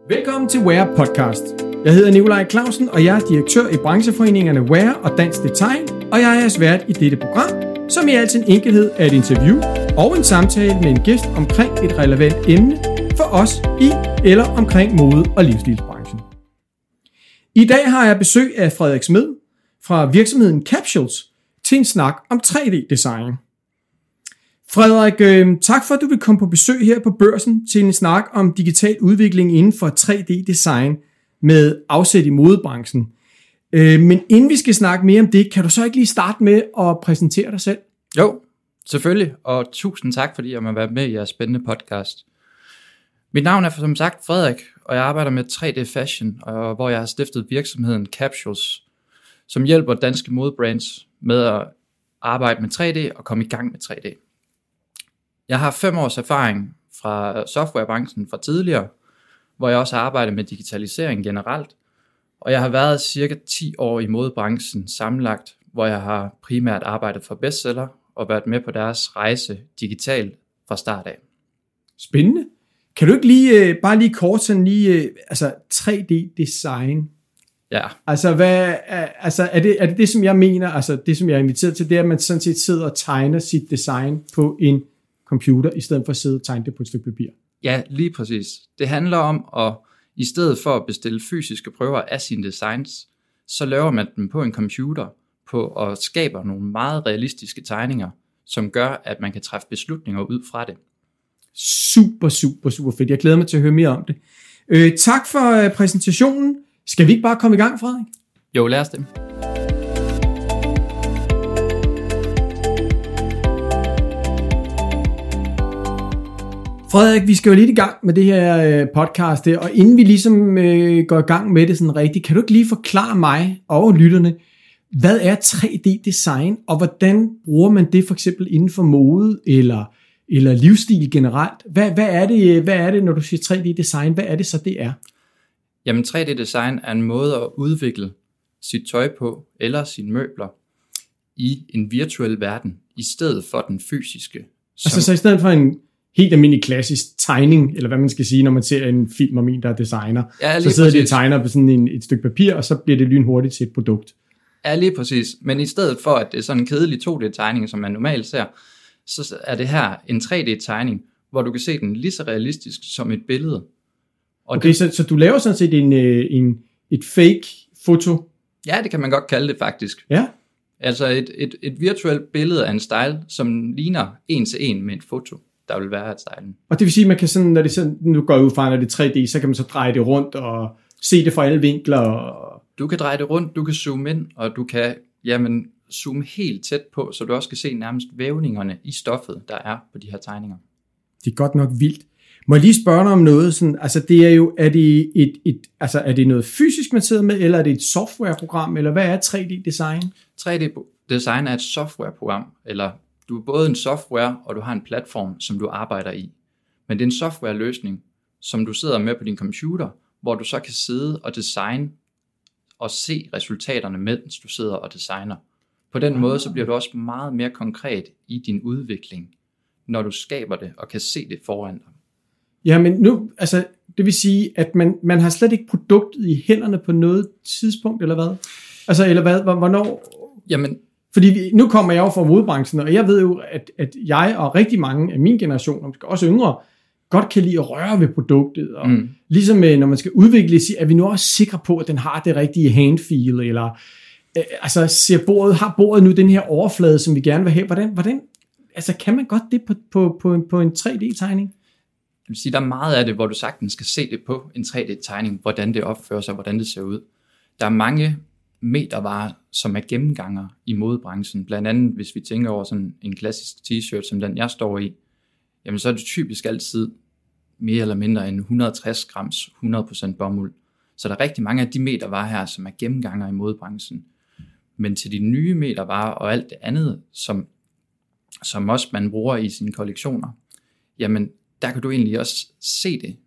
Velkommen til Wear Podcast. Jeg hedder Nikolaj Clausen, og jeg er direktør i brancheforeningerne Wear og Dansk Design, og jeg er jeres vært i dette program, som i al sin enkelhed er et interview og en samtale med en gæst omkring et relevant emne for os i eller omkring mode- og livsstilsbranchen. I dag har jeg besøg af Frederik Smed fra virksomheden Capsules til en snak om 3D-design. Frederik, tak for at du vil komme på besøg her på Børsen til en snak om digital udvikling inden for 3D-design med afsæt i modebranchen. Men inden vi skal snakke mere om det, kan du så ikke lige starte med at præsentere dig selv? Jo, selvfølgelig, og tusind tak, fordi jeg må være med i jeres spændende podcast. Mit navn er som sagt Frederik, og jeg arbejder med 3D Fashion, og hvor jeg har stiftet virksomheden Capsules, som hjælper danske modebrands med at arbejde med 3D og komme i gang med 3D. Jeg har 5 års erfaring fra softwarebranchen fra tidligere, hvor jeg også har arbejdet med digitalisering generelt, og jeg har været cirka 10 år i modebranchen sammenlagt, hvor jeg har primært arbejdet for bestseller og været med på deres rejse digitalt fra start af. Spændende. Kan du ikke lige, bare lige kort sådan lige, 3D-design? Ja. Altså, er det, som jeg mener, altså det, som jeg er inviteret til, det er, at man sådan set sidder og tegner sit design på en computer, i stedet for at sidde og tegne det på et stykke papir? Ja, lige præcis. Det handler om, at i stedet for at bestille fysiske prøver af sine designs, så laver man dem på en computer og skaber nogle meget realistiske tegninger, som gør, at man kan træffe beslutninger ud fra det. Super fedt. Jeg glæder mig til at høre mere om det. Tak for præsentationen. Skal vi ikke bare komme i gang, Frederik? Jo, lad os det. Frederik, vi skal jo lidt i gang med det her podcast, og inden vi ligesom går i gang med det sådan rigtigt, kan du ikke lige forklare mig og lytterne, hvad er 3D-design, og hvordan bruger man det for eksempel inden for mode eller livsstil generelt? Hvad er det, når du siger 3D-design? Hvad er det så, det er? Jamen 3D-design er en måde at udvikle sit tøj på, eller sine møbler, i en virtuel verden, i stedet for den fysiske. Altså så i stedet for en helt almindelig klassisk tegning, eller hvad man skal sige, når man ser en film om en, der er designer, ja, så sidder præcis. de og tegner på sådan et stykke papir, og så bliver det lynhurtigt til et produkt. Ja, lige præcis. Men i stedet for, at det er sådan en kedelig 2D-tegning, som man normalt ser, så er det her en 3D-tegning, hvor du kan se den lige så realistisk som et billede. Og okay, så du laver sådan set et fake foto? Ja, det kan man godt kalde det faktisk. Ja. Altså et virtuelt billede af en style, som ligner en til en med et foto, der vil være af stylen. Og det vil sige, at man kan sådan, når det sådan, nu går jeg ud fra, når det er 3D, så kan man så dreje det rundt og se det fra alle vinkler. Du kan dreje det rundt, du kan zoome ind, og du kan zoome helt tæt på, så du også kan se nærmest vævningerne i stoffet, der er på de her tegninger. Det er godt nok vildt. Må jeg lige spørge dig om noget? Sådan, altså det er jo, er det noget fysisk, man sidder med, eller er det et softwareprogram, eller hvad er 3D-design? 3D-design er et softwareprogram, eller du er både en software, og du har en platform, som du arbejder i. Men det er en softwareløsning, som du sidder med på din computer, hvor du så kan sidde og designe og se resultaterne, mens du sidder og designer. På den måde, så bliver du også meget mere konkret i din udvikling, når du skaber det og kan se det foran dig. Ja, men nu, altså, det vil sige, at man har slet ikke produktet i hænderne på noget tidspunkt, eller hvad? Altså, eller hvad, hvornår? Jamen, fordi nu kommer jeg jo fra modebranchen, og jeg ved jo, at jeg og rigtig mange af min generation, og måske også yngre, godt kan lide at røre ved produktet, og ligesom når man skal udvikle det, er vi nu også sikre på, at den har det rigtige handfeel, eller altså har bordet nu den her overflade, som vi gerne vil have? Hvordan altså kan man godt det på en 3D-tegning? Jeg vil sige, der er meget af det, hvor du sagtens skal se det på en 3D-tegning, hvordan det opfører sig, hvordan det ser ud. Der er mange metervarer, som er gennemganger i modebranchen. Blandt andet, hvis vi tænker over sådan en klassisk t-shirt, som den jeg står i, jamen så er det typisk altid mere eller mindre end 160 grams 100% bomuld. Så der er rigtig mange af de metervarer her, som er gennemganger i modebranchen. Men til de nye metervarer og alt det andet, som også man bruger i sine kollektioner, jamen der kan du egentlig også se det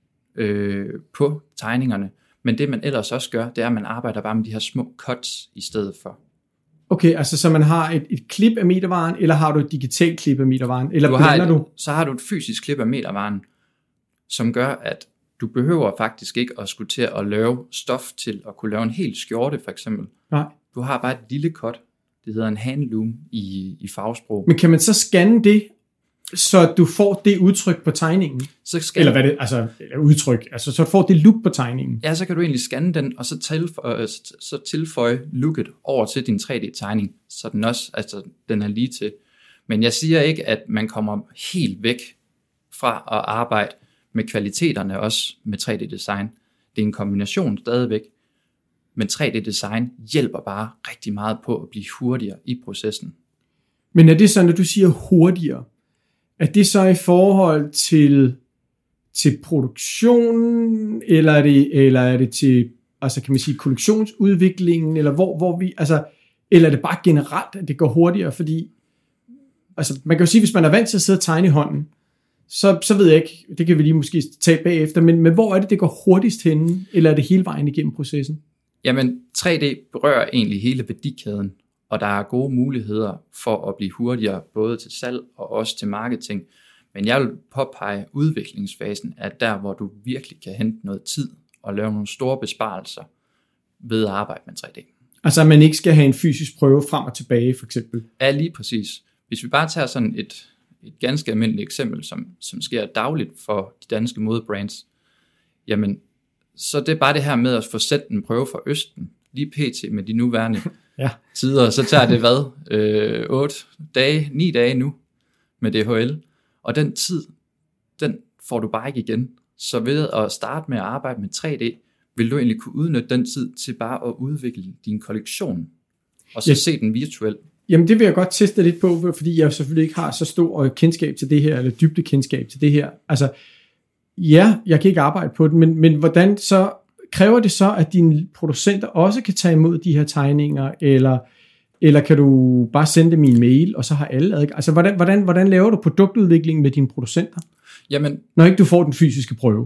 på tegningerne. Men det man ellers også gør, det er, at man arbejder bare med de her små cuts i stedet for. Okay, altså så man har et klip af metervaren, eller har du et digitalt klip af metervaren? Eller så har du et fysisk klip af metervaren, som gør, at Du behøver faktisk ikke at skulle til at lave stof til at kunne lave en hel skjorte, for eksempel. Nej. Du har bare et lille cut, det hedder en handloom i fagsprog. Men kan man så scanne det, så du får det udtryk på tegningen? Eller hvad det, altså udtryk, altså så du får det look på tegningen? Ja, så kan du egentlig scanne den, og så tilføje looket over til din 3D-tegning, så den også, altså den er lige til. Men jeg siger ikke, at man kommer helt væk fra at arbejde med kvaliteterne også med 3D-design. Det er en kombination stadigvæk, men 3D-design hjælper bare rigtig meget på at blive hurtigere i processen. Men er det sådan, når du siger hurtigere, er det så i forhold til produktionen, eller er det til, altså kan man sige, kollektionsudviklingen, eller hvor vi, altså, eller er det bare generelt, at det går hurtigere, fordi, altså man kan jo sige, hvis man er vant til at sidde og tegne i hånden, så ved jeg ikke, det kan vi lige måske tage bagefter, men hvor er det går hurtigst henne, eller er det hele vejen igennem processen? Jamen, 3D berører egentlig hele værdikæden, og der er gode muligheder for at blive hurtigere, både til salg og også til marketing. Men jeg vil påpege, udviklingsfasen er der, hvor du virkelig kan hente noget tid og lave nogle store besparelser ved at arbejde med 3D. Altså, at man ikke skal have en fysisk prøve frem og tilbage, for eksempel? Ja, lige præcis. Hvis vi bare tager sådan et ganske almindeligt eksempel, som sker dagligt for de danske modebrands, jamen, så det er bare det her med at få sendt en prøve fra Østen, lige pt. Med de nuværende tider, så tager det 9 dage nu med DHL, og den tid, den får du bare ikke igen. Så ved at starte med at arbejde med 3D, vil du egentlig kunne udnytte den tid til bare at udvikle din kollektion, og så se den virtuelt. Jamen det vil jeg godt teste lidt på, fordi jeg selvfølgelig ikke har så stor kendskab til det her, eller dybde kendskab til det her. Altså, ja, jeg kan ikke arbejde på den, men hvordan så, kræver det så, at dine producenter også kan tage imod de her tegninger, eller kan du bare sende dem i en mail, og så har alle adgang? Altså, hvordan laver du produktudvikling med dine producenter, jamen, når ikke du får den fysiske prøve?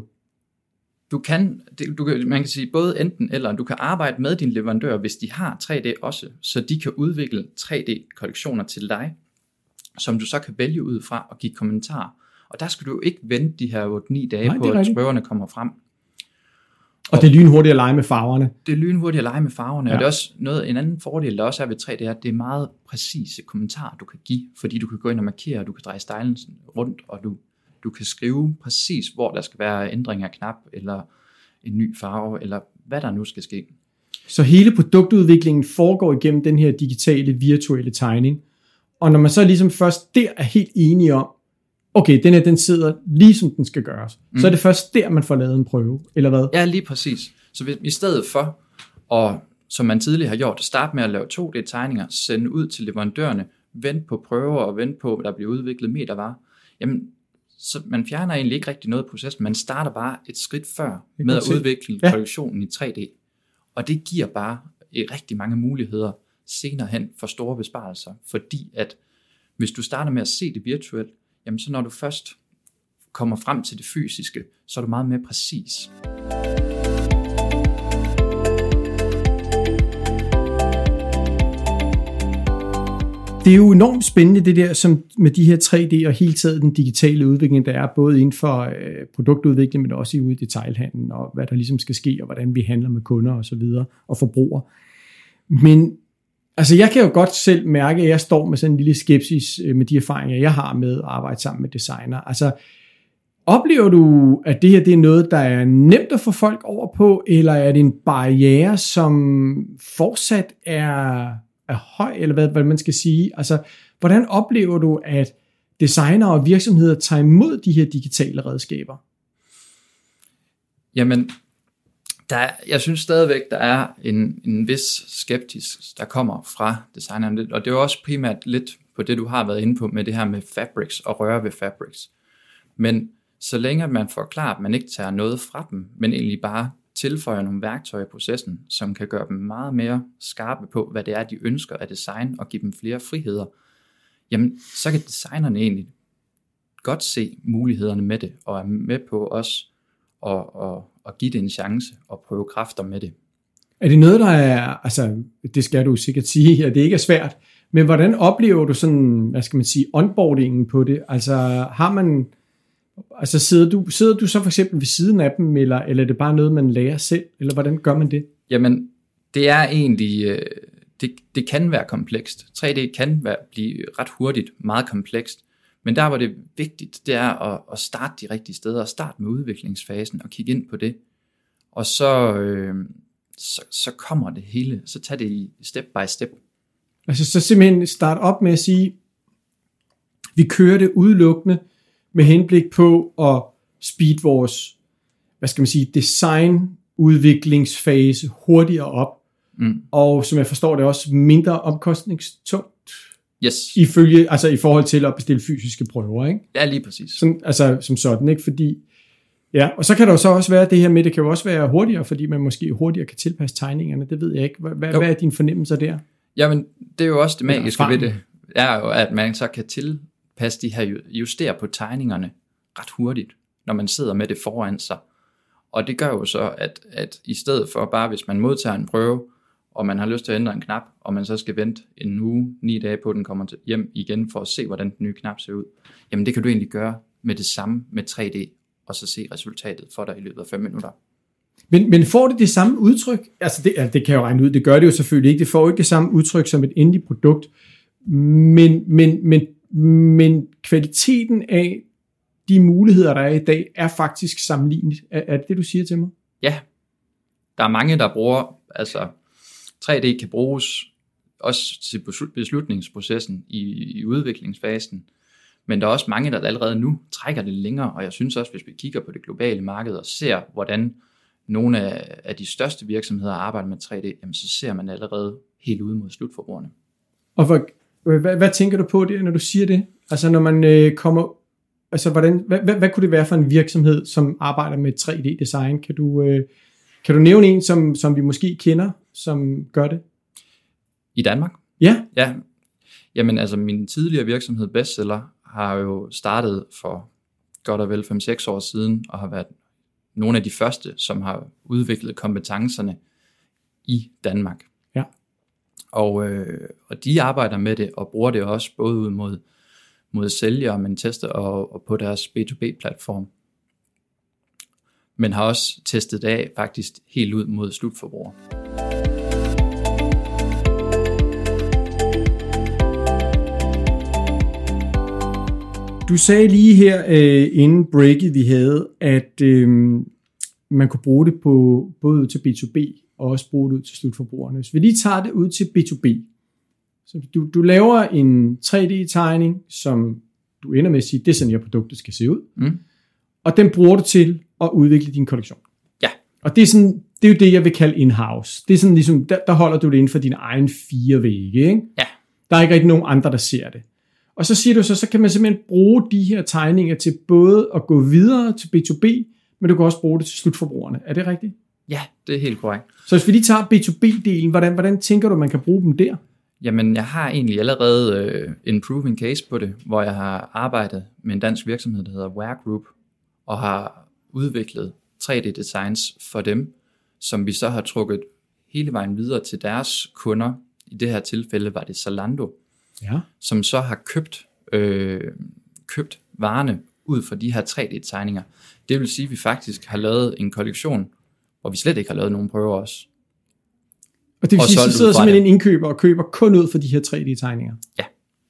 Man kan sige både enten eller. Du kan arbejde med dine leverandører, hvis de har 3D også, så de kan udvikle 3D-kollektioner til dig, som du så kan vælge ud fra og give kommentarer. Og der skal du jo ikke vente de her 8-9 dage på, at prøverne kommer frem. Og det er lynhurtigt at lege med farverne. Det er lynhurtigt at lege med farverne, og det er også en anden fordel, der også er ved 3D, er, at det er meget præcise kommentarer, du kan give, fordi du kan gå ind og markere, du kan dreje stylen rundt, og du kan skrive præcis, hvor der skal være ændring af knap, eller en ny farve, eller hvad der nu skal ske. Så hele produktudviklingen foregår igennem den her digitale, virtuelle tegning, og når man så ligesom først der er helt enige om, okay, den sidder lige som den skal gøres, så er det først der, man får lavet en prøve, eller hvad? Ja, lige præcis. Så hvis, i stedet for, og som man tidligere har gjort, starte med at lave 2D-tegninger, sende ud til leverandørerne, vente på prøver og vente på, at der bliver udviklet metervarer, jamen, så man fjerner egentlig ikke rigtig noget i processen, man starter bare et skridt før med at udvikle kollektionen i 3D. Og det giver bare rigtig mange muligheder senere hen for store besparelser, fordi at hvis du starter med at se det virtuelt, jamen så når du først kommer frem til det fysiske, så er du meget mere præcis. Det er jo enormt spændende det der, som med de her 3D og hele taget den digitale udvikling, der er både inden for produktudvikling, men også ude i detailhandlen, og hvad der ligesom skal ske, og hvordan vi handler med kunder og så videre, og forbrugere. Men altså jeg kan jo godt selv mærke, at jeg står med sådan en lille skepsis med de erfaringer, jeg har med at arbejde sammen med designer. Altså oplever du, at det her det er noget, der er nemt at få folk over på, eller er det en barriere, som fortsat er høj, eller hvad man skal sige? Altså, hvordan oplever du, at designer og virksomheder tager imod de her digitale redskaber? Jamen, jeg synes stadigvæk, der er en vis skeptisk, der kommer fra designerne, og det er jo også primært lidt på det, du har været inde på med det her med fabrics og røre ved fabrics. Men så længe man får klart, at man ikke tager noget fra dem, men egentlig bare tilføjer nogle værktøjer i processen, som kan gøre dem meget mere skarpe på, hvad det er, de ønsker af design, og give dem flere friheder, jamen, så kan designerne egentlig godt se mulighederne med det, og er med på også at give det en chance, og prøve kræfter med det. Er det noget, der er, altså, det skal du sikkert sige, at det ikke er svært, men hvordan oplever du sådan, hvad skal man sige, onboardingen på det? Altså, Altså sidder du så for eksempel ved siden af dem, eller er det bare noget, man lærer selv, eller hvordan gør man det? Jamen, det er egentlig, det kan være komplekst. 3D kan blive ret hurtigt meget komplekst, men der hvor det er vigtigt, det er at starte de rigtige steder, og starte med udviklingsfasen og kigge ind på det. Og så kommer det hele, så tager det step by step. Altså så simpelthen starte op med at sige, vi kører det udelukkende med henblik på at speede vores, designudviklingsfase hurtigere op, og som jeg forstår det også mindre omkostningstungt. Yes. I forhold til at bestille fysiske prøver, ikke? Ja, lige præcis. Som sådan, ikke? Fordi, ja, og så kan der jo så også være det her med, det kan jo også være hurtigere, fordi man måske hurtigere kan tilpasse tegningerne, det ved jeg ikke. Hvad er din fornemmelse der? Jamen, det er jo også det magiske ved det, er jo, at man så kan tilpasse de her, justere på tegningerne ret hurtigt, når man sidder med det foran sig. Og det gør jo så, at i stedet for bare, hvis man modtager en prøve, og man har lyst til at ændre en knap, og man så skal vente en uge, 9 dage på, at den kommer hjem igen, for at se, hvordan den nye knap ser ud, jamen det kan du egentlig gøre med det samme med 3D, og så se resultatet for dig i løbet af 5 minutter. Men får det samme udtryk? Altså det kan jeg jo regne ud, det gør det jo selvfølgelig ikke, det får jo ikke det samme udtryk som et endeligt produkt, men kvaliteten af de muligheder, der er i dag, er faktisk sammenlignet. Er det, du siger til mig? Ja, der er mange, der bruger, altså 3D kan bruges også til beslutningsprocessen i udviklingsfasen, men der er også mange, der allerede nu trækker det længere, og jeg synes også, hvis vi kigger på det globale marked og ser, hvordan nogle af de største virksomheder arbejder med 3D, jamen så ser man allerede helt ude mod slutforbrugerne. Og hvad tænker du på det, når du siger det? Altså når man kommer, altså hvad kunne det være for en virksomhed, som arbejder med 3D-design? Kan du nævne en, som vi måske kender, som gør det? I Danmark? Ja. Jamen altså min tidligere virksomhed Bestseller har jo startet for godt og vel 5-6 år siden, og har været nogle af de første, som har udviklet kompetencerne i Danmark. Ja. Og de arbejder med det, og bruger det også både ud mod sælgere, men tester og på deres B2B-platform. Men har også testet det af faktisk helt ud mod slutforbrugere. Du sagde lige her inden breaket vi havde, at man kunne bruge det på både ud til B2B og også bruge det ud til slutforbrugerne. Hvis vi lige tager det ud til B2B, så du laver en 3D-tegning, som du ender med at sige, det er sådan, at produktet skal se ud. Og den bruger du til at udvikle din kollektion. Ja. Og det er jo det, jeg vil kalde in-house. Det er sådan ligesom, der holder du det inden for dine egne 4 vægge, ikke? Ja. Der er ikke rigtig nogen andre, der ser det. Og så siger du så kan man simpelthen bruge de her tegninger til både at gå videre til B2B, men du kan også bruge det til slutforbrugerne. Er det rigtigt? Ja, det er helt korrekt. Så hvis vi lige tager B2B-delen, hvordan tænker du, man kan bruge dem der? Jamen, jeg har egentlig allerede en proven case på det, hvor jeg har arbejdet med en dansk virksomhed, der hedder Wear Group, og har udviklet 3D-designs for dem, som vi så har trukket hele vejen videre til deres kunder. I det her tilfælde var det Zalando, ja, som så har købt varerne ud fra de her 3D-tegninger. Det vil sige, at vi faktisk har lavet en kollektion, hvor vi slet ikke har lavet nogen prøver også. Og det vil sige, at så sidder simpelthen en indkøber og køber kun ud for de her 3D-tegninger? Ja.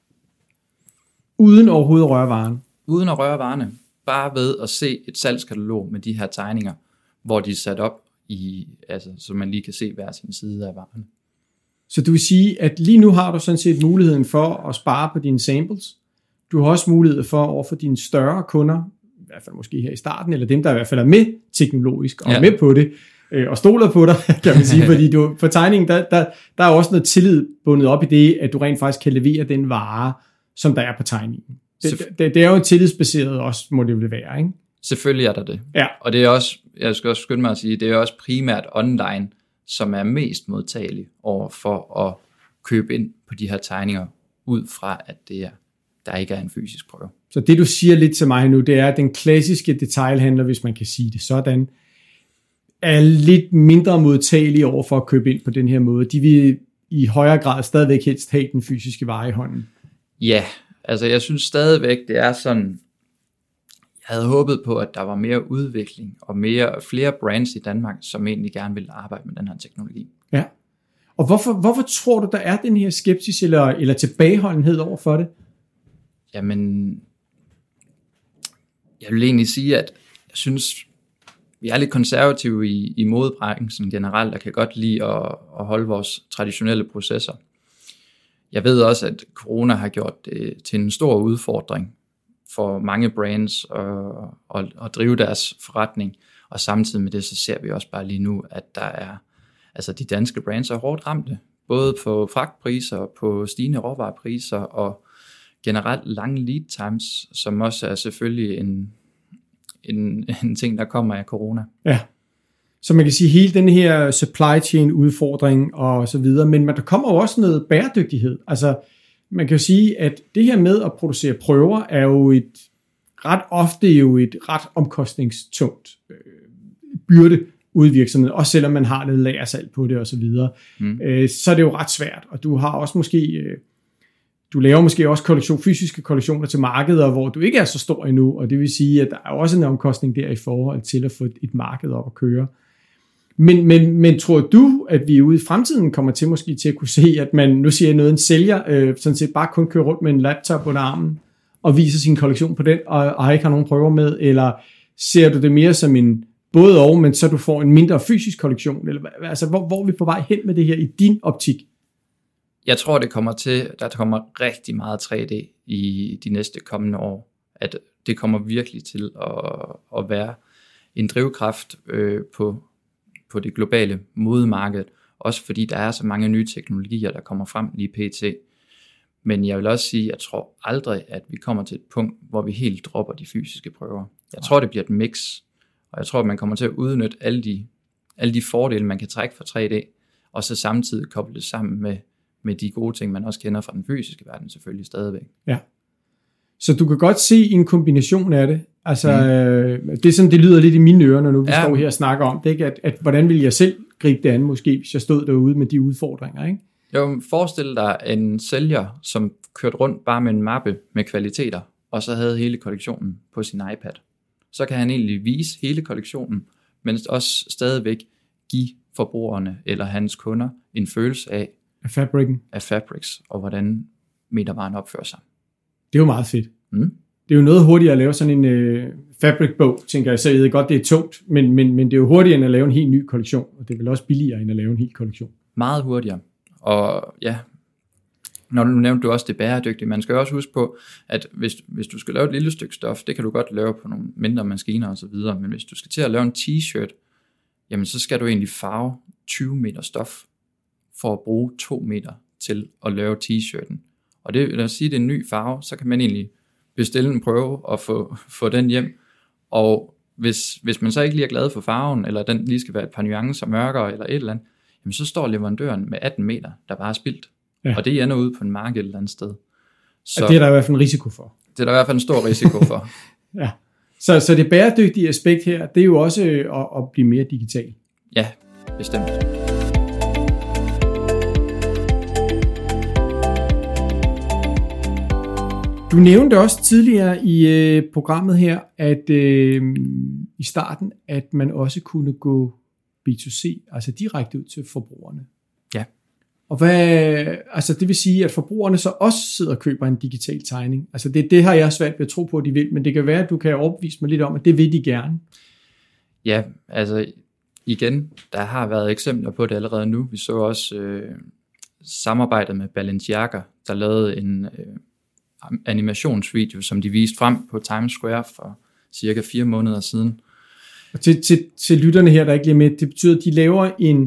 Uden overhovedet at røre varen? Uden at røre varerne. Bare ved at se et salgskatalog med de her tegninger, hvor de er sat op, så man lige kan se hver sin side af varen. Så du vil sige, at lige nu har du sådan set muligheden for at spare på dine samples. Du har også mulighed for over for dine større kunder, i hvert fald måske her i starten, eller dem, der i hvert fald er med teknologisk og med på det, og stoler på dig, kan man sige, fordi på tegningen, der er også noget tillid bundet op i det, at du rent faktisk kan levere den vare, som der er på tegningen. Det er jo tillidsbaseret også, må det vel være, ikke? Selvfølgelig er der det. Ja. Og det er også, jeg skal også skynde mig at sige, det er også primært online, som er mest modtagelig over for at købe ind på de her tegninger, ud fra at der ikke er en fysisk prøve. Så det du siger lidt til mig nu, det er, at den klassiske detailhandler, hvis man kan sige det sådan, er lidt mindre modtagelig over for at købe ind på den her måde. De vil i højere grad stadigvæk helst have den fysiske vare i hånden. Ja, altså jeg synes stadigvæk, det er sådan, Jeg havde håbet på, at der var mere udvikling og flere brands i Danmark, som egentlig gerne ville arbejde med den her teknologi. Ja. Og hvorfor tror du, der er den her skepsis eller tilbageholdenhed over for det? Jamen, jeg vil egentlig sige, at jeg synes, vi er lidt konservative i modebranchen generelt, og kan godt lide at holde vores traditionelle processer. Jeg ved også, at corona har gjort det til en stor udfordring for mange brands at drive deres forretning, og samtidig med det, så ser vi også bare lige nu, at der er, altså de danske brands er hårdt ramte, både på fragtpriser, på stigende råvarepriser, og generelt lange lead times, som også er selvfølgelig en ting, der kommer af corona. Ja, så man kan sige hele den her supply chain udfordring og så videre, men der kommer jo også noget bæredygtighed. Altså man kan jo sige, at det her med at producere prøver er jo ret omkostningstungt byrde ude i virksomheden, også selvom man har lidt lagersalg på det og så videre. Så er det jo ret svært, og du har også du laver måske også fysiske kollektioner til markeder, hvor du ikke er så stor endnu, og det vil sige, at der er også en omkostning der i forhold til at få et marked op at køre. Men tror du, at vi ude i fremtiden kommer til måske til at kunne se, at man, nu siger jeg noget, en sælger sådan set bare kun kører rundt med en laptop under armen, og viser sin kollektion på den, og ikke har nogen prøver med, eller ser du det mere som en både og, men så du får en mindre fysisk kollektion, eller altså hvor er vi på vej hen med det her i din optik? Jeg tror, der kommer rigtig meget 3D i de næste kommende år. At det kommer virkelig til at være en drivkraft på det globale modemarked. Også fordi der er så mange nye teknologier, der kommer frem lige pt. Men jeg vil også sige, at jeg tror aldrig, at vi kommer til et punkt, hvor vi helt dropper de fysiske prøver. Jeg tror, det bliver et mix. Og jeg tror, at man kommer til at udnytte alle de fordele, man kan trække fra 3D, og så samtidig koble det sammen med de gode ting, man også kender fra den fysiske verden selvfølgelig stadigvæk. Ja. Så du kan godt se en kombination af det. Altså, det er sådan, det lyder lidt i mine ører, når vi står her og snakker om det, ikke? At hvordan ville jeg selv gribe det an, måske, hvis jeg stod derude med de udfordringer, ikke? Jo, forestil dig en sælger, som kørte rundt bare med en mappe med kvaliteter, og så havde hele kollektionen på sin iPad. Så kan han egentlig vise hele kollektionen, men også stadigvæk give forbrugerne eller hans kunder en følelse af fabrics, og hvordan metervaren opfører sig. Det er jo meget fedt. Det er jo noget hurtigere at lave sådan en fabric-bog, tænker jeg. Så jeg ved godt, det er tungt, men det er jo hurtigere end at lave en helt ny kollektion, og det er vel også billigere end at lave en helt kollektion. Meget hurtigere. Og ja, når du nævnte du også det bæredygtige, man skal jo også huske på, at hvis du skal lave et lille stykke stof, det kan du godt lave på nogle mindre maskiner og så videre, men hvis du skal til at lave en t-shirt, jamen så skal du egentlig farve 20 meter stof for at bruge 2 meter til at lave t-shirten. Og det, lad os sige, det er en ny farve, så kan man egentlig bestille en prøve og få den hjem. Og hvis man så ikke lige er glad for farven, eller den lige skal være et par nuancer mørkere eller et eller andet, jamen så står leverandøren med 18 meter, der bare er spildt. Ja. Og det ender ude på en marked et eller andet sted. Så det er der i hvert fald en risiko for. Det er der i hvert fald en stor risiko for. Ja. Så det bæredygtige aspekt her, det er jo også at blive mere digital. Ja, bestemt. Du nævnte også tidligere i programmet her, at i starten, at man også kunne gå B2C, altså direkte ud til forbrugerne. Ja. Og altså det vil sige, at forbrugerne så også sidder og køber en digital tegning. Altså det har jeg svært ved at tro på, at de vil, men det kan være, at du kan overbevise mig lidt om, at det vil de gerne. Ja, altså igen, der har været eksempler på det allerede nu. Vi så også samarbejdet med Balenciaga, der lavede en animationsvideo, som de viste frem på Times Square for cirka 4 måneder siden. Og til lytterne her, der ikke lige med, det betyder, at de laver en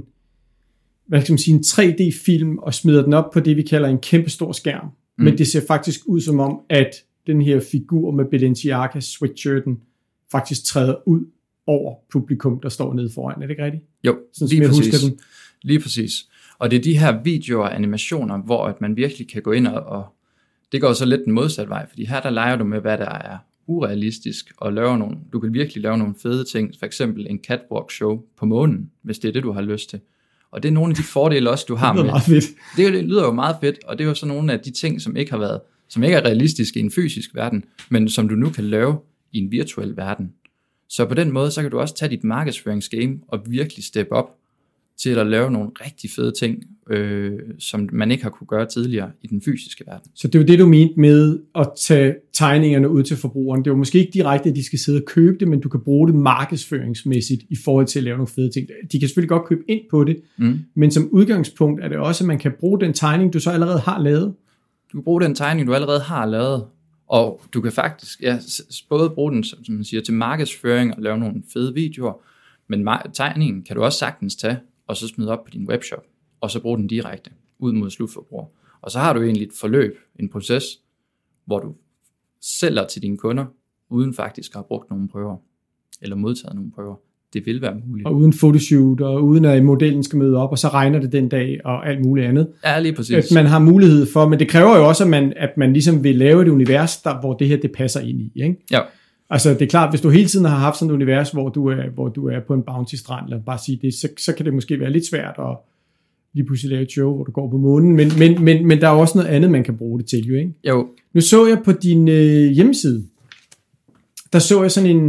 3D-film og smider den op på det, vi kalder en kæmpe stor skærm. Men det ser faktisk ud som om, at den her figur med Balenciaga sweatshirten faktisk træder ud over publikum, der står nede foran. Er det ikke rigtigt? Jo, lige præcis. Og det er de her videoer og animationer, hvor at man virkelig kan gå ind og det går så lidt den modsatte vej, fordi her der leger du med, hvad der er urealistisk, og du kan virkelig lave nogle fede ting, for eksempel en catwalk show på månen, hvis det er det, du har lyst til. Og det er nogle af de fordele også, du har med. Det lyder jo meget fedt, og det er jo så nogle af de ting, som ikke er realistiske i en fysisk verden, men som du nu kan lave i en virtuel verden. Så på den måde, så kan du også tage dit markedsføringsgame og virkelig steppe op til at lave nogle rigtig fede ting, som man ikke har kunne gøre tidligere i den fysiske verden. Så det er jo det, du mente med at tage tegningerne ud til forbrugeren. Det er jo måske ikke direkte, at de skal sidde og købe det, men du kan bruge det markedsføringsmæssigt i forhold til at lave nogle fede ting. De kan selvfølgelig godt købe ind på det, men som udgangspunkt er det også, at man kan bruge den tegning, du så allerede har lavet. Du kan bruge den tegning, du allerede har lavet, og du kan faktisk både bruge den, som man siger, til markedsføring og lave nogle fede videoer, men tegningen kan du også sagtens tage og så smide op på din webshop, og så bruge den direkte ud mod slutforbruger. Og så har du egentlig et forløb, en proces, hvor du sælger til dine kunder, uden faktisk at have brugt nogle prøver, eller modtaget nogle prøver. Det vil være muligt. Og uden fotoshoot, og uden at modellen skal møde op, og så regner det den dag, og alt muligt andet. Ja, lige præcis. At man har mulighed for, men det kræver jo også, at man ligesom vil lave et univers, hvor det her, det passer ind i, ikke? Ja. Altså det er klart, hvis du hele tiden har haft sådan et univers, hvor du er på en bounty-strand, lad os bare sige det, så kan det måske være lidt svært at lige pludselig lave et show, hvor du går på månen, men der er også noget andet, man kan bruge det til, jo, ikke? Jo. Nu så jeg på din hjemmeside, der så jeg sådan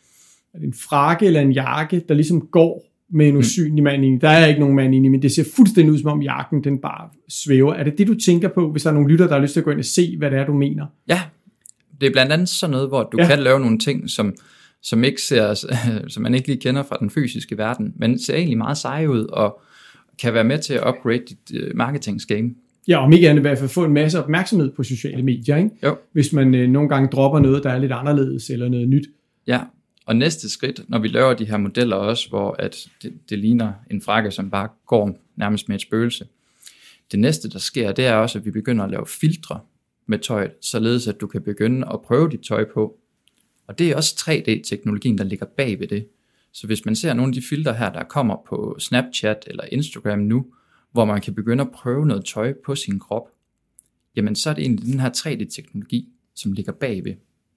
en frakke eller en jakke, der ligesom går med en usynlig mand i. Der er ikke nogen mand inde i, men det ser fuldstændig ud, som om jakken den bare svæver. Er det det, du tænker på, hvis der er nogle lytter, der har lyst til at gå ind og se, hvad det er, du mener? Ja, det er blandt andet sådan noget, hvor du kan lave nogle ting, som ikke ser, som man ikke lige kender fra den fysiske verden, men ser egentlig meget seje ud, og kan være med til at upgrade dit marketingsgame. Ja, om ikke andet i hvert fald få en masse opmærksomhed på sociale medier, ikke? Jo. Hvis man nogle gange dropper noget, der er lidt anderledes, eller noget nyt. Ja, og næste skridt, når vi laver de her modeller også, hvor at det ligner en frakke, som bare går nærmest med et spøgelse. Det næste, der sker, det er også, at vi begynder at lave filtre med tøjet, således at du kan begynde at prøve dit tøj på. Og det er også 3D-teknologien, der ligger bag ved det. Så hvis man ser nogle af de filtre her, der kommer på Snapchat eller Instagram nu, hvor man kan begynde at prøve noget tøj på sin krop, jamen så er det egentlig den her 3D-teknologi, som ligger bagved.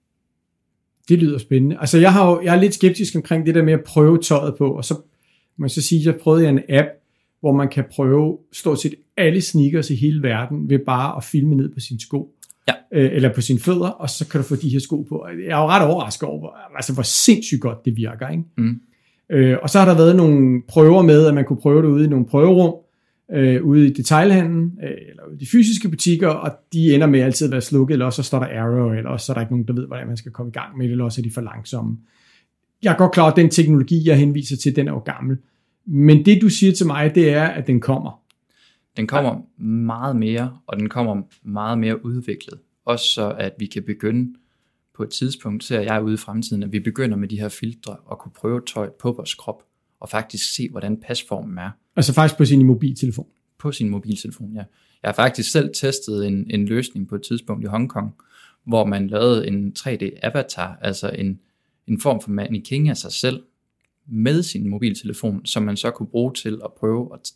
Det lyder spændende. Altså jeg er lidt skeptisk omkring det der med at prøve tøjet på, og så må jeg så sige, at jeg prøvede en app, hvor man kan prøve stort set alle sneakers i hele verden ved bare at filme ned på sine sko. Ja. Eller på sine fødder, og så kan du få de her sko på. Jeg er jo ret overrasket over, hvor sindssygt godt det virker, ikke? Mm. Og så har der været nogle prøver med, at man kunne prøve det ude i nogle prøverum, ude i detailhandlen, eller ude i de fysiske butikker, og de ender med altid at være slukket, eller også så står der error, eller også så er der ikke nogen, der ved, hvordan man skal komme i gang med det, eller også er de for langsomme. Jeg er godt klar, at den teknologi, jeg henviser til, den er jo gammel. Men det, du siger til mig, det er, at den kommer. Den kommer meget mere, og den kommer meget mere udviklet. Også så, at vi kan begynde på et tidspunkt, ser jeg ude i fremtiden, at vi begynder med de her filtre og kunne prøve tøj på vores krop, og faktisk se, hvordan pasformen er. Altså faktisk på sin mobiltelefon? På sin mobiltelefon, ja. Jeg har faktisk selv testet en løsning på et tidspunkt i Hongkong, hvor man lavede en 3D-avatar, altså en form for mannequin af sig selv, med sin mobiltelefon, som man så kunne bruge til at prøve at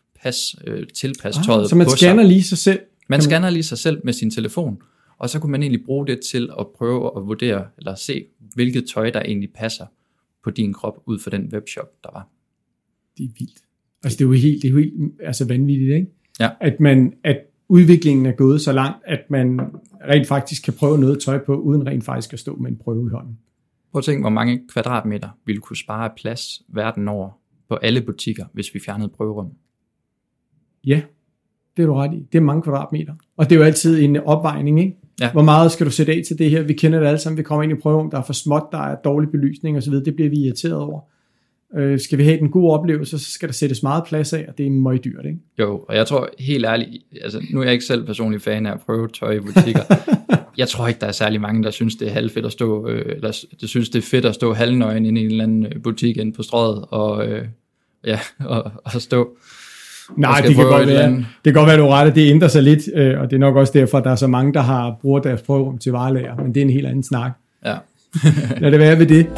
tilpasse tøjet på sig. Så man scanner lige sig selv? Man scanner lige sig selv med sin telefon, og så kunne man egentlig bruge det til at prøve at vurdere, eller se, hvilket tøj, der egentlig passer på din krop, ud fra den webshop, der var. Det er vildt. Altså det er jo helt altså vanvittigt, ikke? Ja. At udviklingen er gået så langt, at man rent faktisk kan prøve noget tøj på, uden rent faktisk at stå med en prøve i hånden. Prøv at tænke, hvor mange kvadratmeter ville kunne spare plads verden over på alle butikker, hvis vi fjernede prøverum. Ja, det er du ret i. Det er mange kvadratmeter. Og det er jo altid en opvejning, ikke? Ja. Hvor meget skal du sætte af til det her? Vi kender det alle sammen. Vi kommer ind i prøverum, der er for småt, der er dårlig belysning osv. Det bliver vi irriteret over. Skal vi have den gode oplevelse, så skal der sættes meget plads af, og det er meget dyrt, ikke? Jo, og jeg tror helt ærligt, altså nu er jeg ikke selv personlig fan af at prøve tøj i butikker. Jeg tror ikke, der er særlig mange, der synes, det er halvfedt at stå, eller der synes, det er fedt at stå halvnøgen inde i en eller anden butik inde på Strøget, og stå. Nej, det kan godt være. Det kan godt være, du ret, det ændrer sig lidt, og det er nok også derfor, at der er så mange, der bruger deres prøverum til varelager, men det er en helt anden snak. Ja. Lad det være ved det.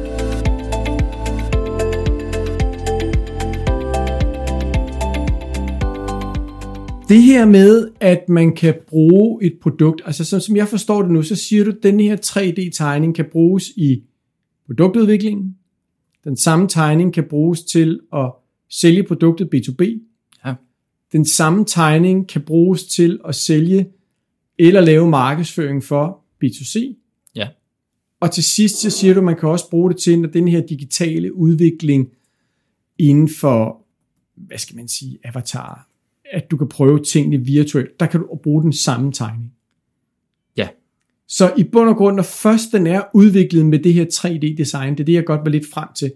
Det her med, at man kan bruge et produkt, altså som jeg forstår det nu, så siger du, at den her 3D-tegning kan bruges i produktudviklingen. Den samme tegning kan bruges til at sælge produktet B2B. Ja. Den samme tegning kan bruges til at sælge eller lave markedsføring for B2C. Ja. Og til sidst så siger du, at man kan også bruge det til, når den her digitale udvikling inden for, hvad skal man sige, avatar, at du kan prøve tingene virtuelt, der kan du bruge den samme tegning. Ja. Så i bund og grund, når først den er udviklet med det her 3D-design, det er det, jeg godt var lidt frem til,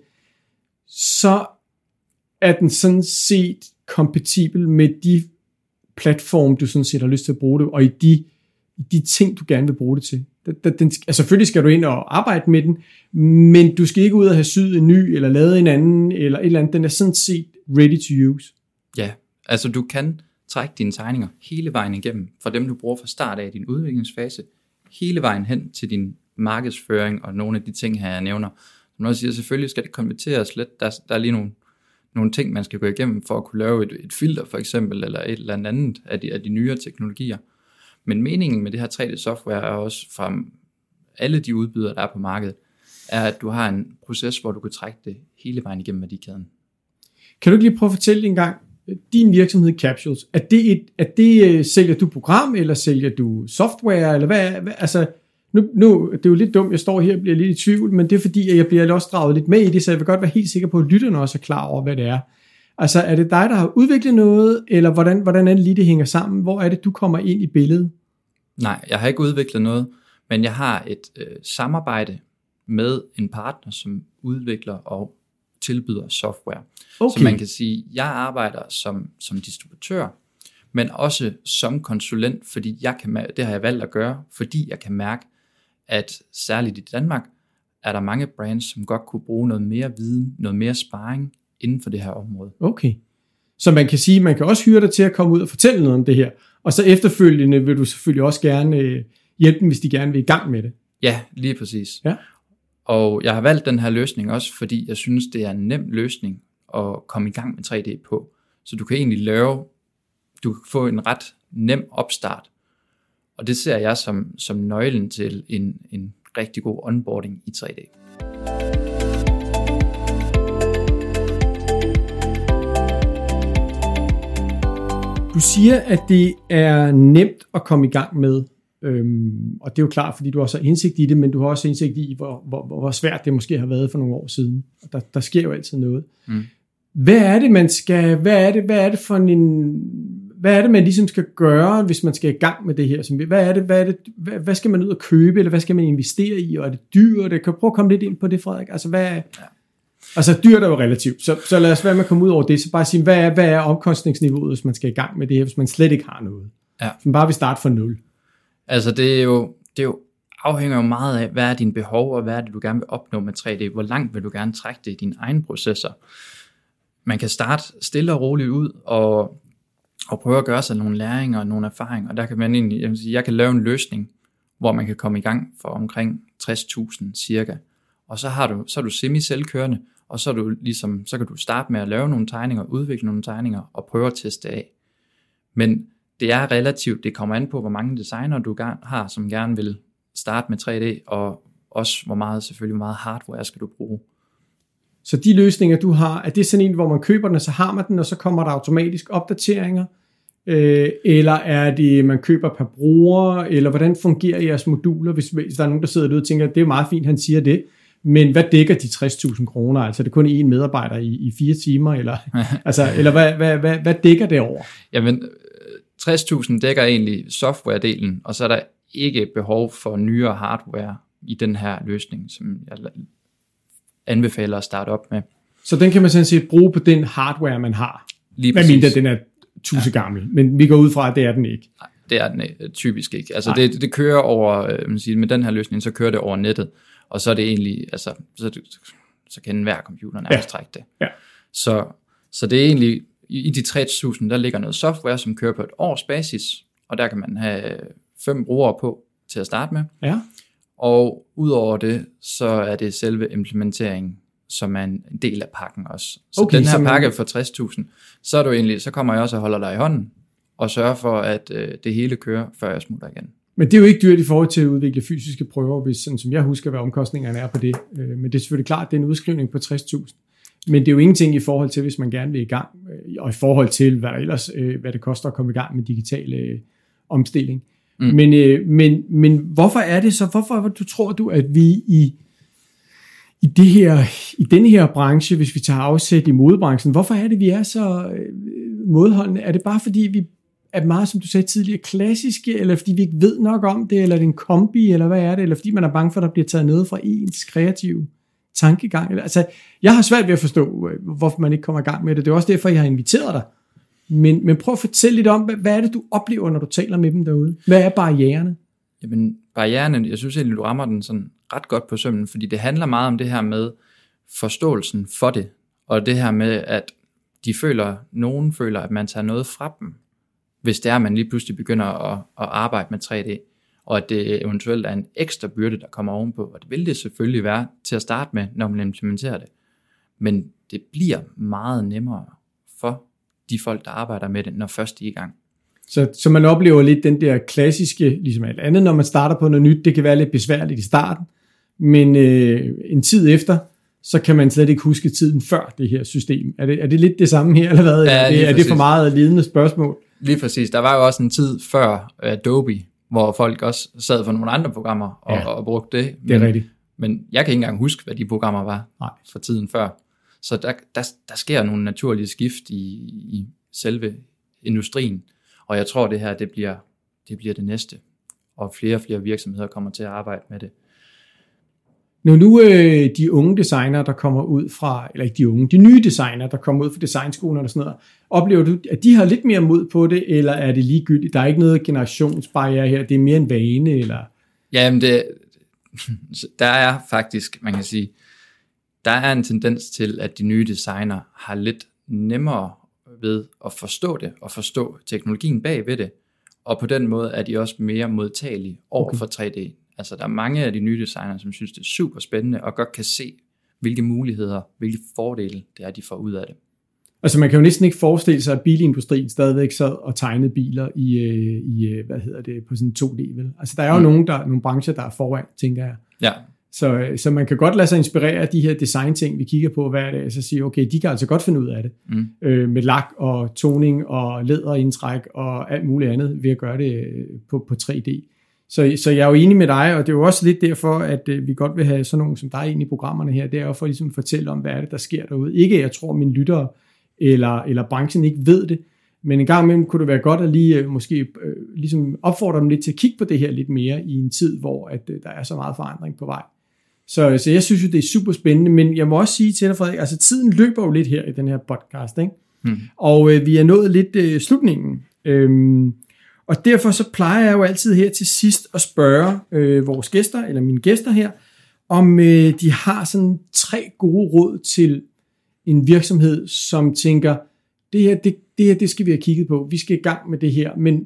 så er den sådan set kompatibel med de platforme, du sådan set har lyst til at bruge det, og i de ting, du gerne vil bruge det til. Altså selvfølgelig skal du ind og arbejde med den, men du skal ikke ud og have syet en ny, eller lavet en anden, eller et eller andet. Den er sådan set ready to use. Ja, altså du kan trække dine tegninger hele vejen igennem, fra dem du bruger fra start af din udviklingsfase, hele vejen hen til din markedsføring, og nogle af de ting her, jeg nævner. Som også siger, selvfølgelig skal det konverteres lidt. Der er lige nogle ting, man skal gå igennem, for at kunne lave et filter, for eksempel, eller et eller andet af de nyere teknologier. Men meningen med det her 3D-software er også fra alle de udbydere, der er på markedet, er, at du har en proces, hvor du kan trække det hele vejen igennem værdikæden. Kan du ikke lige prøve at fortælle en gang, din virksomhed Capsules, er det sælger du program, eller sælger du software, eller hvad altså, nu, det er jo lidt dumt, jeg står her og bliver lidt i tvivl, men det er fordi, at jeg bliver også draget lidt med i det, så jeg vil godt være helt sikker på, at lytterne også er klar over, hvad det er. Altså, er det dig, der har udviklet noget, eller hvordan er det lige, det hænger sammen? Hvor er det, du kommer ind i billedet? Nej, jeg har ikke udviklet noget, men jeg har et samarbejde med en partner, som udvikler og tilbyder software. Okay. Så man kan sige, at jeg arbejder som distributør, men også som konsulent, fordi det har jeg valgt at gøre, fordi jeg kan mærke, at særligt i Danmark, er der mange brands, som godt kunne bruge noget mere viden, noget mere sparring inden for det her område. Okay. Så man kan sige, man kan også hyre dig til at komme ud og fortælle noget om det her, og så efterfølgende vil du selvfølgelig også gerne hjælpe dem, hvis de gerne vil i gang med det. Ja, lige præcis. Ja. Og jeg har valgt den her løsning også, fordi jeg synes, det er en nem løsning at komme i gang med 3D på. Så du kan egentlig du kan få en ret nem opstart. Og det ser jeg som nøglen til en rigtig god onboarding i 3D. Du siger, at det er nemt at komme i gang med, og det er jo klart, fordi du også har indsigt i det, men du har også indsigt i, hvor svært det måske har været for nogle år siden. Der sker jo altid noget. Mm. Hvad er det, man ligesom skal gøre, hvis man skal i gang med det her? Hvad skal man ud og købe, eller hvad skal man investere i, og er det dyrt? Kan du prøve at komme lidt ind på det, Frederik? Altså, altså dyrt er jo relativt, så lad os være med at komme ud over det. Så bare sige, hvad er omkostningsniveauet, hvis man skal i gang med det her, hvis man slet ikke har noget? Ja. Hvis man bare vil starte fra 0. Altså det er jo afhænger jo meget af, hvad er dine behov, og hvad er det, du gerne vil opnå med 3D? Hvor langt vil du gerne trække det i dine egne processer? Man kan starte stille og roligt ud, og prøve at gøre sig nogle læringer og nogle erfaringer. Og der kan man egentlig, jeg kan lave en løsning, hvor man kan komme i gang for omkring 60.000 cirka. Og så er du semi-selvkørende, og så kan du starte med at lave nogle tegninger, udvikle nogle tegninger, og prøve at teste af. Men det er relativt, det kommer an på, hvor mange designer du har, som gerne vil starte med 3D, og også hvor meget hardware skal du bruge. Så de løsninger, du har, er det sådan en, hvor man køber den, og så har man den, og så kommer der automatisk opdateringer? Eller er det, man køber per bruger? Eller hvordan fungerer jeres moduler, hvis der er nogen, der sidder derude og tænker, at det er meget fint, han siger det, men hvad dækker de 60.000 kroner? Altså er det kun én medarbejder i 4 timer? Eller, eller hvad dækker det over? Jamen, 60.000 dækker egentlig software-delen, og så er der ikke behov for nyere hardware i den her løsning, som jeg anbefaler at starte op med. Så den kan man sådan set bruge på den hardware, man har. Lige præcis. Hvad mindre den er gammel, men vi går ud fra, at det er den ikke. Nej, det er den typisk ikke. Altså det kører over, med den her løsning, så kører det over nettet, og så er det egentlig, altså, så kan enhver computer nærmest trække det. Ja. Så det er egentlig, i de 3.000, der ligger noget software, som kører på et års basis, og der kan man have 5 brugere på til at starte med. Ja. Og udover det, så er det selve implementeringen, som er en del af pakken også. Så okay, den her pakke for 60.000, så er du egentlig, så kommer jeg også og holder dig i hånden, og sørger for, at det hele kører, før jeg smutter igen. Men det er jo ikke dyrt i forhold til at udvikle fysiske prøver, hvis, sådan som jeg husker, hvad omkostningerne er på det. Men det er selvfølgelig klart, at det er en udskrivning på 60.000. Men det er jo ingenting i forhold til, hvis man gerne vil i gang, og i forhold til, hvad det koster at komme i gang med digital omstilling. Men hvorfor er det så, hvorfor tror du, at vi i den her branche, hvis vi tager afsæt i modebranchen, hvorfor er det, vi er så modholdende? Er det bare fordi, vi er meget, som du sagde tidligere, klassiske, eller fordi vi ikke ved nok om det, eller er det en kombi, eller hvad er det, eller fordi man er bange for, at der bliver taget noget fra ens kreative tankegang? Altså, jeg har svært ved at forstå, hvorfor man ikke kommer i gang med det. Det er også derfor, jeg har inviteret dig. Men prøv at fortælle lidt om, hvad er det, du oplever, når du taler med dem derude? Hvad er barriererne? Jamen, barriererne, jeg synes egentlig, du rammer den sådan ret godt på sømmen, fordi det handler meget om det her med forståelsen for det, og det her med, at nogen føler, at man tager noget fra dem, hvis det er, at man lige pludselig begynder at arbejde med 3D, og at det eventuelt er en ekstra byrde, der kommer ovenpå, og det vil det selvfølgelig være til at starte med, når man implementerer det. Men det bliver meget nemmere for de folk, der arbejder med det, når først de er i gang. Så man oplever lidt den der klassiske, ligesom alt andet, når man starter på noget nyt, det kan være lidt besværligt i starten, men en tid efter, så kan man slet ikke huske tiden før det her system. Er det lidt det samme her, eller hvad? Ja, er det for meget ledende spørgsmål? Lige præcis. Der var jo også en tid før Adobe, hvor folk også sad for nogle andre programmer og brugte det. Det er rigtigt. Men jeg kan ikke engang huske, hvad de programmer var for tiden før. Så der sker nogle naturlige skift i selve industrien. Og jeg tror, det her det bliver det næste. Og flere virksomheder kommer til at arbejde med det. Når nu de unge designere, der kommer ud fra, eller ikke de unge, de nye designere, der kommer ud fra designskolen og sådan noget, oplever du, at de har lidt mere mod på det, eller er det ligegyldigt? Der er ikke noget generationsbarriere her, det er mere en vane, eller? Jamen, der er faktisk, man kan sige, der er en tendens til, at de nye designer har lidt nemmere ved at forstå det, og forstå teknologien bag ved det, og på den måde er de også mere modtagelige over for 3D. Altså der er mange af de nye designere, som synes det er super spændende, og godt kan se, hvilke muligheder, hvilke fordele det er, de får ud af det. Altså man kan jo næsten ikke forestille sig, at bilindustrien stadigvæk sad og tegnede biler i på sådan 2D, vel? Altså der er jo nogle brancher, der er foran, tænker jeg. Ja. Så man kan godt lade sig inspirere af de her design-ting, vi kigger på hver dag, så siger okay, de kan altså godt finde ud af det. Med lak og toning og læderindtræk og alt muligt andet ved at gøre det på 3D. Så jeg er jo enig med dig, og det er jo også lidt derfor, at vi godt vil have sådan nogen som dig ind i programmerne her, det er jo for ligesom at fortælle om, hvad er det, der sker derude. Ikke at jeg tror, mine lyttere eller branchen ikke ved det, men en gang imellem kunne det være godt at lige måske ligesom opfordre dem lidt til at kigge på det her lidt mere i en tid, hvor at der er så meget forandring på vej. Så jeg synes jo, det er super spændende, men jeg må også sige til dig, Frederik, altså tiden løber jo lidt her i den her podcast, ikke? Og vi er nået lidt slutningen. Og derfor så plejer jeg jo altid her til sidst at spørge vores gæster, eller mine gæster her, om de har sådan 3 gode råd til en virksomhed, som tænker, det her skal vi have kigget på, vi skal i gang med det her, men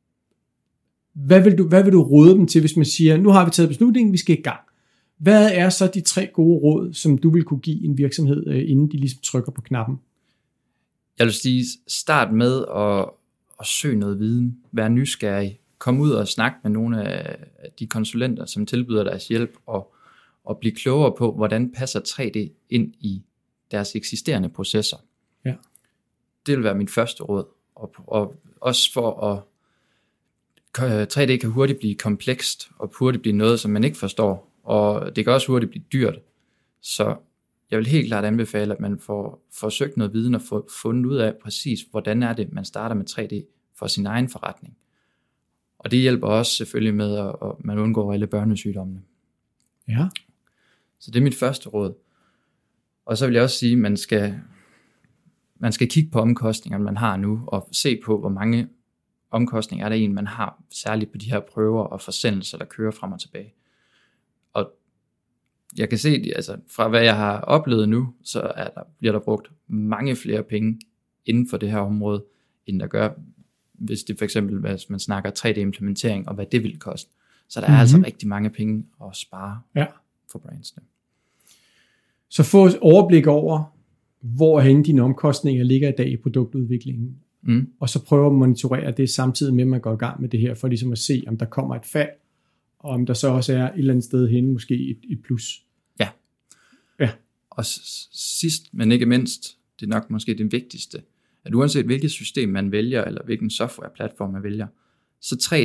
hvad vil du råde dem til, hvis man siger, nu har vi taget beslutningen, vi skal i gang. Hvad er så de 3 gode råd, som du vil kunne give en virksomhed, inden de ligesom trykker på knappen? Jeg vil sige, start med at søge noget viden, vær nysgerrig, kom ud og snak med nogle af de konsulenter, som tilbyder deres hjælp, og blive klogere på, hvordan passer 3D ind i deres eksisterende processer. Ja. Det vil være mit første råd, og også for at 3D kan hurtigt blive komplekst, og hurtigt blive noget, som man ikke forstår, og det kan også hurtigt blive dyrt. Så jeg vil helt klart anbefale, at man får forsøgt noget viden og få fundet ud af præcis, hvordan er det, man starter med 3D for sin egen forretning. Og det hjælper også selvfølgelig med, at man undgår alle børnesygdommene. Ja. Så det er mit første råd. Og så vil jeg også sige, at man skal kigge på omkostningerne, man har nu, og se på, hvor mange omkostninger er der man har, særligt på de her prøver og forsendelser, der kører frem og tilbage. Og jeg kan se, altså fra hvad jeg har oplevet nu, så bliver der brugt mange flere penge inden for det her område, end der gør, hvis det for eksempel, hvis man snakker 3D-implementering, og hvad det vil koste. Så der er altså rigtig mange penge at spare for brandsene. Så få et overblik over, hvorhen dine omkostninger ligger i dag i produktudviklingen. Og så prøve at monitorere det samtidig med, at man går i gang med det her, for ligesom at se, om der kommer et fald, og om der så også er et eller andet sted hen, måske et plus. Ja. Og sidst, men ikke mindst, det er nok måske det vigtigste, at uanset hvilket system man vælger, eller hvilken softwareplatform man vælger, så 3D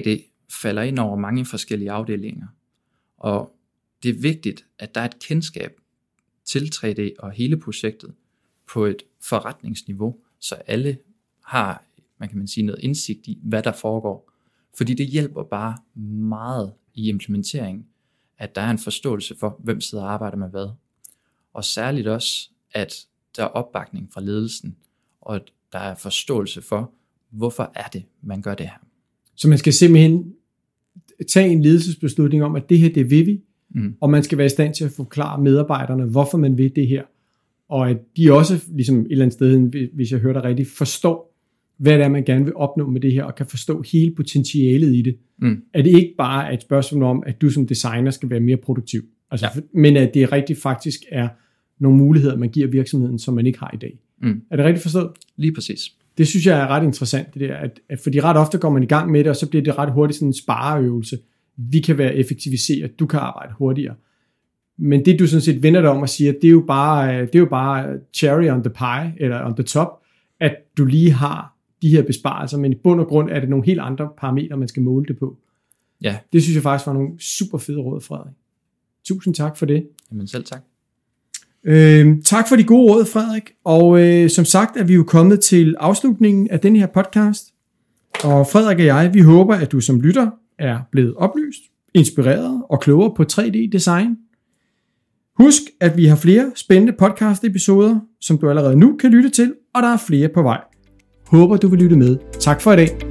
falder ind over mange forskellige afdelinger. Og det er vigtigt, at der er et kendskab til 3D og hele projektet på et forretningsniveau, så alle har, man kan sige, noget indsigt i, hvad der foregår. Fordi det hjælper bare meget i implementeringen, at der er en forståelse for, hvem sidder og arbejder med hvad. Og særligt også, at der er opbakning fra ledelsen, og at der er forståelse for, hvorfor er det, man gør det her. Så man skal simpelthen tage en ledelsesbeslutning om, at det her, det vil vi, og man skal være i stand til at forklare medarbejderne, hvorfor man vil det her. Og at de også, ligesom et eller andet sted, hvis jeg hører dig rigtigt, forstår, hvad det er, man gerne vil opnå med det her, og kan forstå hele potentialet i det. At det ikke bare er et spørgsmål om, at du som designer skal være mere produktiv. Altså, men at det rigtig faktisk er nogle muligheder, man giver virksomheden, som man ikke har i dag. Er det rigtigt forstået? Lige præcis. Det synes jeg er ret interessant, det der, at fordi ret ofte går man i gang med det, og så bliver det ret hurtigt sådan en spareøvelse. Vi kan være effektiviseret, du kan arbejde hurtigere. Men det du sådan set vender dig om og siger, det er jo bare cherry on the pie, eller on the top, at du lige har de her besparelser, men i bund og grund er det nogle helt andre parametre, man skal måle det på. Ja. Det synes jeg faktisk var nogle super fede råd, Frederik. Tusind tak for det. Jamen selv tak. Tak for de gode råd, Frederik. Og som sagt er vi jo kommet til afslutningen af den her podcast. Og Frederik og jeg, vi håber, at du som lytter er blevet oplyst, inspireret og klogere på 3D-design. Husk, at vi har flere spændende podcast-episoder, som du allerede nu kan lytte til, og der er flere på vej. Håber, du vil lytte med. Tak for i dag.